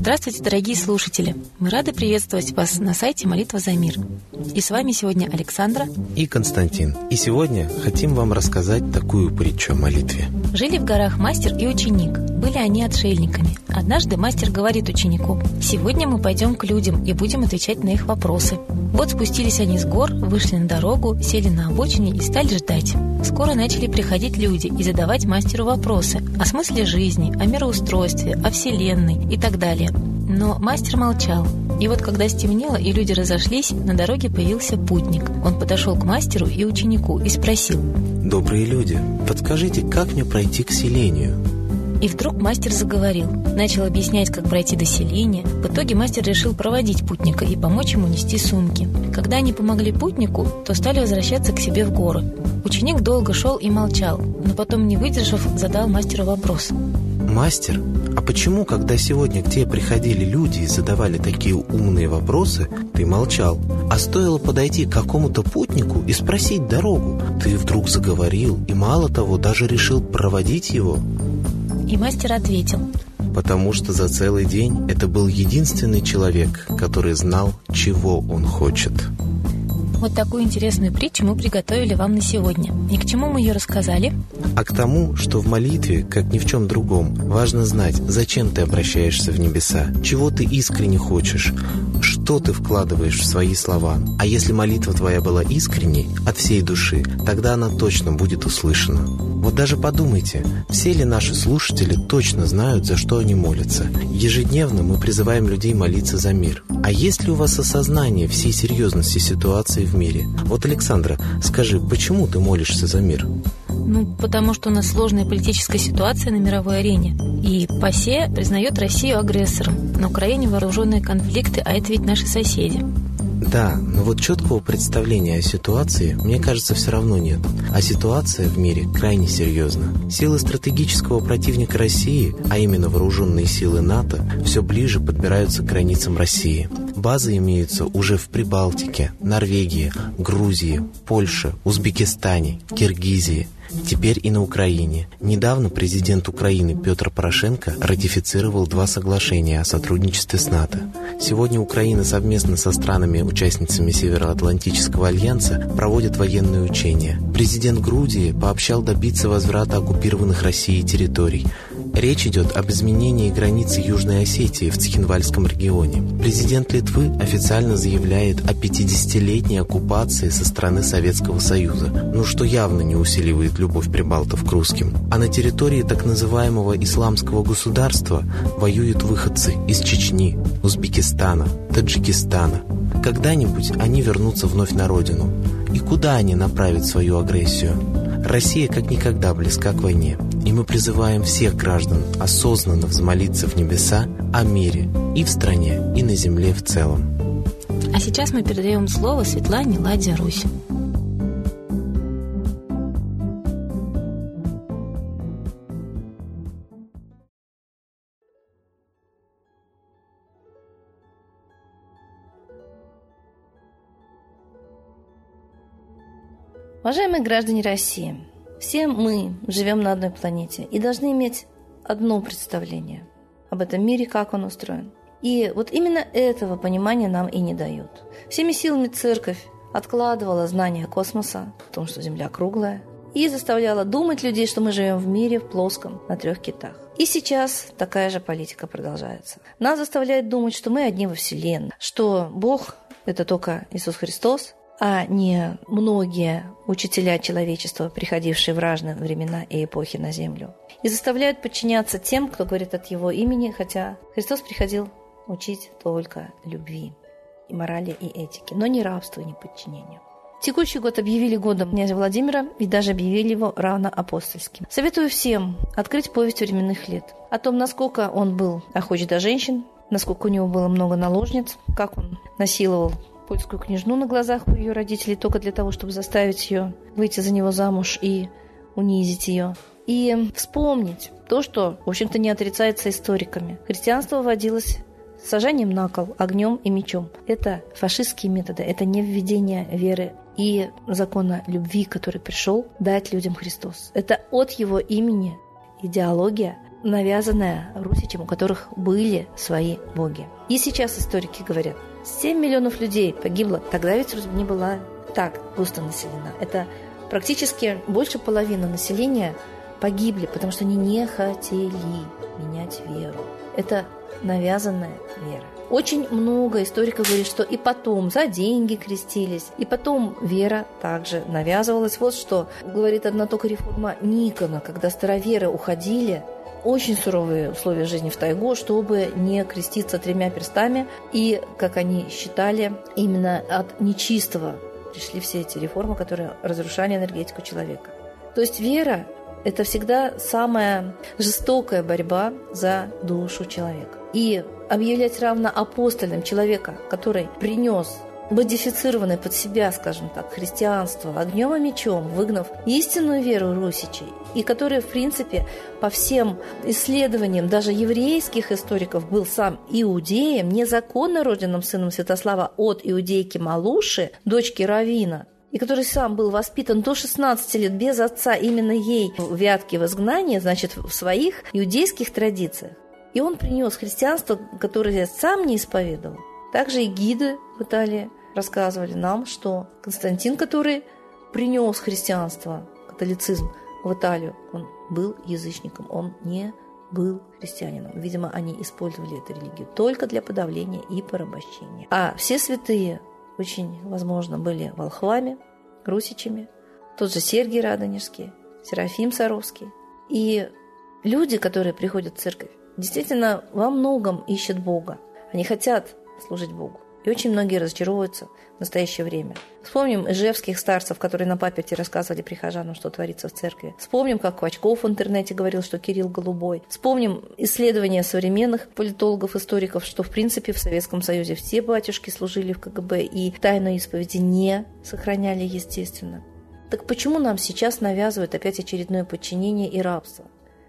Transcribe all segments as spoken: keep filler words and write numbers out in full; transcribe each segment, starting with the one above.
Здравствуйте, дорогие слушатели! Мы рады приветствовать вас на сайте «Молитва за мир». И с вами сегодня Александра и Константин. И сегодня хотим вам рассказать такую притчу о молитве. Жили в горах мастер и ученик. Были они отшельниками. Однажды мастер говорит ученику: «Сегодня мы пойдем к людям и будем отвечать на их вопросы». Вот спустились они с гор, вышли на дорогу, сели на обочине и стали ждать. Скоро начали приходить люди и задавать мастеру вопросы о смысле жизни, о мироустройстве, о Вселенной и так далее. Но мастер молчал. И вот когда стемнело и люди разошлись, на дороге появился путник. Он подошел к мастеру и ученику и спросил: «Добрые люди, подскажите, как мне пройти к селению?» И вдруг мастер заговорил, начал объяснять, как пройти до селения. В итоге мастер решил проводить путника и помочь ему нести сумки. Когда они помогли путнику, то стали возвращаться к себе в горы. Ученик долго шел и молчал, но потом, не выдержав, задал мастеру вопрос: «Мастер, а почему, когда сегодня к тебе приходили люди и задавали такие умные вопросы, ты молчал? А стоило подойти к какому-то путнику и спросить дорогу, ты вдруг заговорил и, мало того, даже решил проводить его?» И мастер ответил: «Потому что за целый день это был единственный человек, который знал, чего он хочет». Вот такую интересную притчу мы приготовили вам на сегодня. И к чему мы ее рассказали? А к тому, что в молитве, как ни в чем другом, важно знать, зачем ты обращаешься в небеса, чего ты искренне хочешь, что ты вкладываешь в свои слова. А если молитва твоя была искренней, от всей души, тогда она точно будет услышана. Вот даже подумайте, все ли наши слушатели точно знают, за что они молятся? Ежедневно мы призываем людей молиться за мир. А есть ли у вас осознание всей серьезности ситуации в мире? Вот, Александра, скажи, почему ты молишься за мир? Ну, потому что у нас сложная политическая ситуация на мировой арене. И ПАСЕ признает Россию агрессором. На Украине вооруженные конфликты, а это ведь наши соседи. Да, но вот четкого представления о ситуации, мне кажется, все равно нет. А ситуация в мире крайне серьезна. Силы стратегического противника России, а именно вооруженные силы НАТО, все ближе подбираются к границам России. Базы имеются уже в Прибалтике, Норвегии, Грузии, Польше, Узбекистане, Киргизии. Теперь и на Украине. Недавно президент Украины Петр Порошенко ратифицировал два соглашения о сотрудничестве с НАТО. Сегодня Украина совместно со странами-участницами Североатлантического альянса проводит военные учения. Президент Грузии пообещал добиться возврата оккупированных Россией территорий. Речь идет об изменении границы Южной Осетии в Цхинвальском регионе. Президент Литвы официально заявляет о пятидесятилетней оккупации со стороны Советского Союза, ну что явно не усиливает любовь прибалтов к русским. А на территории так называемого исламского государства воюют выходцы из Чечни, Узбекистана, Таджикистана. Когда-нибудь они вернутся вновь на родину. И куда они направят свою агрессию? Россия как никогда близка к войне, и мы призываем всех граждан осознанно взмолиться в небеса о мире и в стране, и на земле в целом. А сейчас мы передаем слово Светлане Ладья Русь. Уважаемые граждане России, все мы живем на одной планете и должны иметь одно представление об этом мире, как он устроен. И вот именно этого понимания нам и не дают. Всеми силами церковь откладывала знания космоса, о том, что Земля круглая, и заставляла думать людей, что мы живем в мире в плоском, на трех китах. И сейчас такая же политика продолжается. Нас заставляют думать, что мы одни во Вселенной, что Бог – это только Иисус Христос, а не многие учителя человечества, приходившие в разные времена и эпохи на землю. И заставляют подчиняться тем, кто говорит от Его имени, хотя Христос приходил учить только любви, и морали, и этики, но не рабству, не подчинению. Текущий год объявили годом князя Владимира и даже объявили его равноапостольским. Советую всем открыть повесть временных лет, о том, насколько он был охоч до женщин, насколько у него было много наложниц, как он насиловал польскую княжну на глазах у ее родителей только для того, чтобы заставить ее выйти за него замуж и унизить ее. И вспомнить то, что, в общем-то, не отрицается историками. Христианство вводилось сажанием на кол, огнем и мечом. Это фашистские методы, это не введение веры и закона любви, который пришел дать людям Христос. Это от Его имени идеология навязанная русичам, у которых были свои боги. И сейчас историки говорят, семь миллионов людей погибло, тогда ведь Русь не была так густо населена. Это практически больше половины населения погибли, потому что они не хотели менять веру. Это навязанная вера. Очень много историков говорит, что и потом за деньги крестились, и потом вера также навязывалась. Вот что говорит одна только реформа Никона, когда староверы уходили, очень суровые условия жизни в тайгу, чтобы не креститься тремя перстами. И, как они считали, именно от нечистого пришли все эти реформы, которые разрушали энергетику человека. То есть вера – это всегда самая жестокая борьба за душу человека. И объявлять равноапостольным человека, который принес модифицированное под себя, скажем так, христианство огнем и мечом, выгнав истинную веру русичей, и который, в принципе, по всем исследованиям даже еврейских историков был сам иудеем, незаконно рожденным сыном Святослава от иудейки Малуши, дочки раввина, и который сам был воспитан до шестнадцати лет без отца именно ей в Вятке в изгнании, значит, в своих иудейских традициях. И он принес христианство, которое сам не исповедовал. Также и гиды в Италии рассказывали нам, что Константин, который принес христианство, католицизм в Италию, он был язычником, он не был христианином. Видимо, они использовали эту религию только для подавления и порабощения. А все святые очень, возможно, были волхвами, русичами, тот же Сергий Радонежский, Серафим Саровский. И люди, которые приходят в церковь, действительно во многом ищут Бога. Они хотят служить Богу. И очень многие разочаровываются в настоящее время. Вспомним ижевских старцев, которые на паперти рассказывали прихожанам, что творится в церкви. Вспомним, как Квачков в интернете говорил, что Кирилл голубой. Вспомним исследования современных политологов, историков, что в принципе в Советском Союзе все батюшки служили в ка гэ бэ и тайну исповеди не сохраняли, естественно. Так почему нам сейчас навязывают опять очередное подчинение и рабство?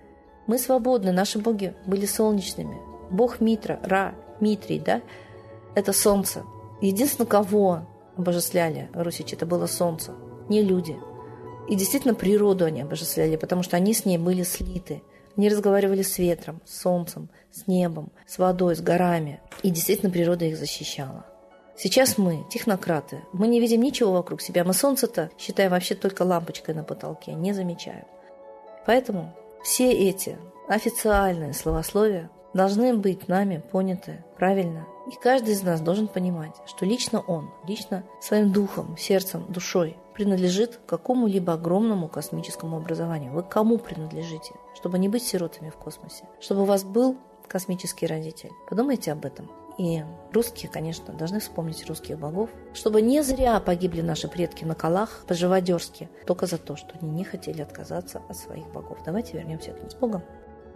Мы свободны, наши боги были солнечными. Бог Митра, Ра, Митрий, да? Это солнце. Единственное, кого обожествляли русичи, это было солнце, не люди. И действительно природу они обожествляли, потому что они с ней были слиты. Они разговаривали с ветром, с солнцем, с небом, с водой, с горами. И действительно природа их защищала. Сейчас мы, технократы, мы не видим ничего вокруг себя. Мы солнце-то считаем вообще только лампочкой на потолке, не замечаем. Поэтому все эти официальные словословия должны быть нами поняты правильно. И каждый из нас должен понимать, что лично он, лично своим духом, сердцем, душой принадлежит к какому-либо огромному космическому образованию. Вы к кому принадлежите? Чтобы не быть сиротами в космосе. Чтобы у вас был космический родитель. Подумайте об этом. И русские, конечно, должны вспомнить русских богов, чтобы не зря погибли наши предки на колах по-живодерски, только за то, что они не хотели отказаться от своих богов. Давайте вернемся к ним. С Богом!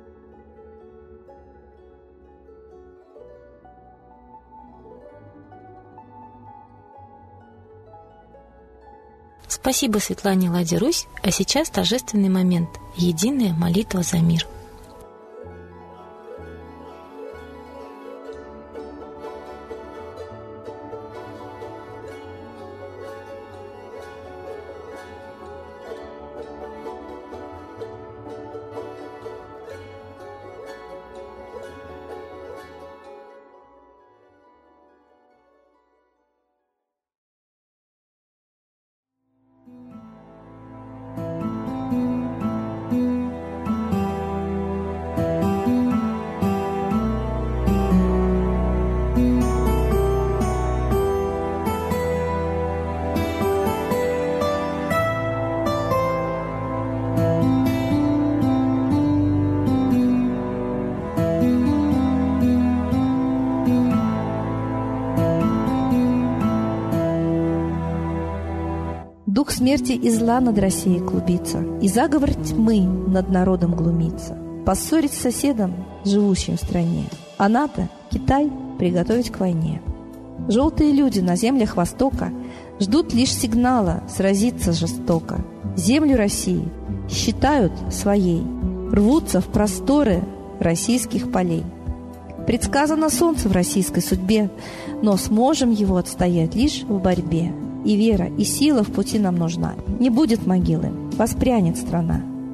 Спасибо Светлане Ладе Русь, а сейчас торжественный момент – единая молитва за мир. Дух смерти и зла над Россией клубится, и заговор тьмы над народом глумится. Поссорить с соседом, живущим в стране, а НАТО, Китай, приготовить к войне. Желтые люди на землях Востока ждут лишь сигнала сразиться жестоко. Землю России считают своей, рвутся в просторы российских полей. Предсказано солнце в российской судьбе, но сможем его отстоять лишь в борьбе. И вера, и сила в пути нам нужна. Не будет могилы, воспрянет страна.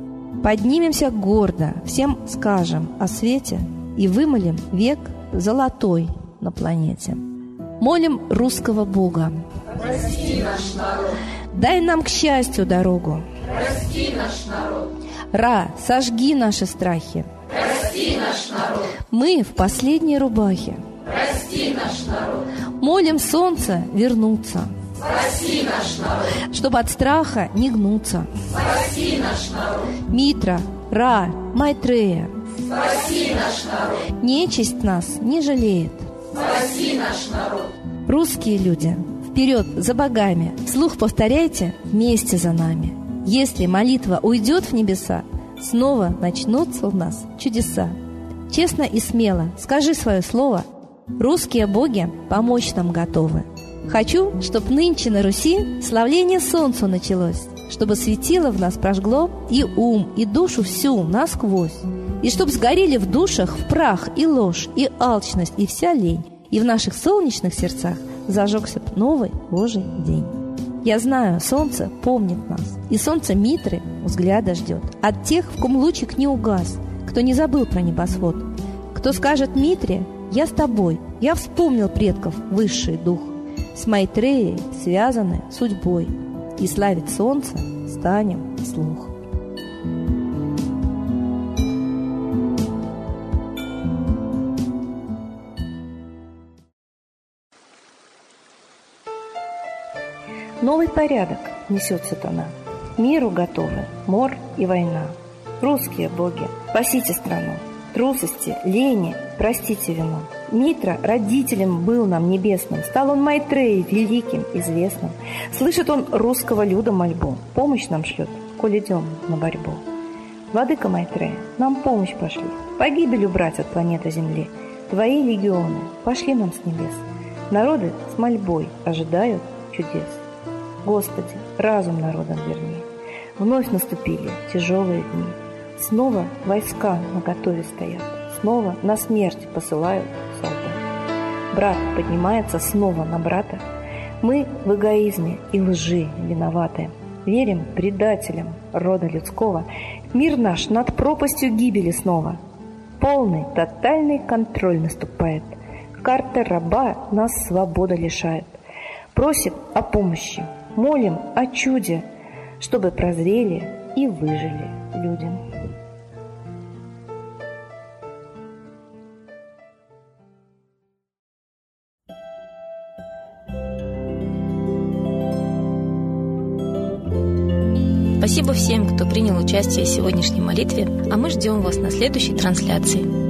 Поднимемся гордо, всем скажем о свете и вымолим век золотой на планете. Молим русского Бога. Прости наш народ. Дай нам к счастью дорогу. Прости наш народ. Ра, сожги наши страхи. Прости наш народ. Мы в последней рубахе. Прости наш народ. Молим солнце вернуться. Спаси наш народ. Чтобы от страха не гнуться. Спаси наш народ. Митра, Ра, Майтрея. Спаси наш народ. Нечисть нас не жалеет. Спаси наш народ. Русские люди, вперед за богами. Вслух повторяйте вместе за нами. Если молитва уйдет в небеса, снова начнутся у нас чудеса. Честно и смело скажи свое слово. Русские боги помочь нам готовы. Хочу, чтоб нынче на Руси славление солнцу началось, чтобы светило в нас прожгло и ум, и душу всю насквозь, и чтоб сгорели в душах в прах и ложь, и алчность, и вся лень, и в наших солнечных сердцах зажегся б новый Божий день. Я знаю, солнце помнит нас, и солнце Митры взгляда ждет от тех, в ком лучик не угас, кто не забыл про небосвод, кто скажет Митре: «Я с тобой, я вспомнил предков высший дух». С Майтреей связаны судьбой, и славить солнце станем вслух. Новый порядок несет сатана. Миру готовы мор и война. Русские боги, спасите страну. Трусости, лени, простите вину. Митра родителем был нам небесным, стал он Майтреей великим, известным. Слышит он русского люда мольбу, помощь нам шлет, коль идем на борьбу. Владыка Майтрея, нам помощь пошли, погибель убрать от планеты Земли. Твои легионы пошли нам с небес. Народы с мольбой ожидают чудес. Господи, разум народам верни. Вновь наступили тяжелые дни. Снова войска наготове стоят, снова на смерть посылают солдат. Брат поднимается снова на брата. Мы в эгоизме и лжи виноваты. Верим предателям рода людского. Мир наш над пропастью гибели снова. Полный, тотальный контроль наступает. Карта раба нас свободы лишает. Просит о помощи, молим о чуде, чтобы прозрели и выжили людям. Спасибо всем, кто принял участие в сегодняшней молитве, а мы ждем вас на следующей трансляции.